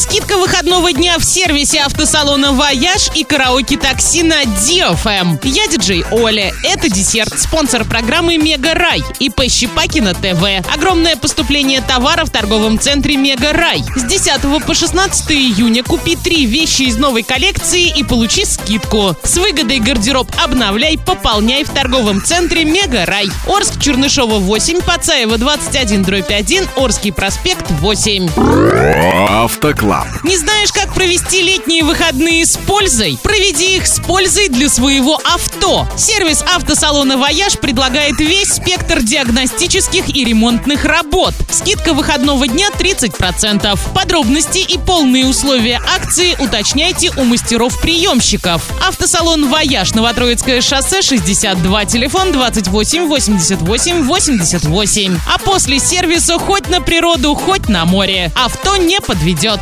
Скидка выходного дня в сервисе автосалона «Вояж» и караоке-такси на DFM. Я диджей Оля. Это десерт. Спонсор программы «Мега Рай». ИП Щепакина ТВ. Огромное поступление товара в торговом центре «Мега Рай». С 10 по 16 июня купи 3 вещи из новой коллекции и получи скидку. С выгодой гардероб обновляй, пополняй в торговом центре «Мега Рай». Орск, Чернышова 8, Пацаева 21/1, Орский проспект 8. Автоклаб. Не знаешь, как провести летние выходные с пользой? Проведи их с пользой для своего авто. Сервис автосалона «Вояж» предлагает весь спектр диагностических и ремонтных работ. Скидка выходного дня 30%. Подробности и полные условия акции уточняйте у мастеров-приемщиков. Автосалон «Вояж», Новотроицкое шоссе 62, телефон 28 88 88. А после сервиса хоть на природу, хоть на море. Авто не подведет.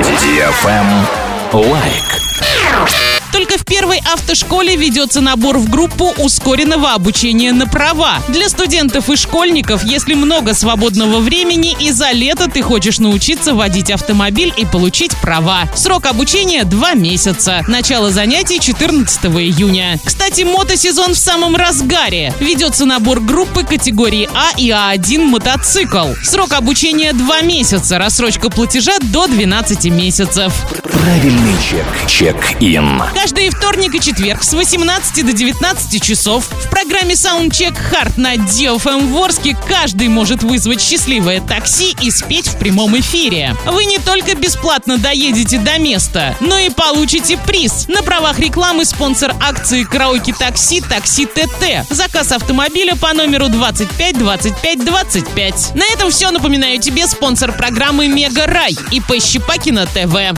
DFM лайк. Только в первой автошколе ведется набор в группу ускоренного обучения на права. Для студентов и школьников, если много свободного времени и за лето ты хочешь научиться водить автомобиль и получить права. Срок обучения 2 месяца. Начало занятий 14 июня. Кстати, мотосезон в самом разгаре. Ведется набор группы категории А и А1 мотоцикл. Срок обучения 2 месяца. Рассрочка платежа до 12 месяцев. Правильный чек. Чек-ин. Каждый вторник и четверг с 18 до 19 часов в программе Soundcheck Hard на DFM в Орске каждый может вызвать счастливое такси и спеть в прямом эфире. Вы не только бесплатно доедете до места, но и получите приз. На правах рекламы спонсор акции караоке-такси «Такси ТТ». Заказ автомобиля по номеру 25 25 25. На этом все. Напоминаю тебе спонсор программы «Мега Рай» ИП Щепакина ТВ.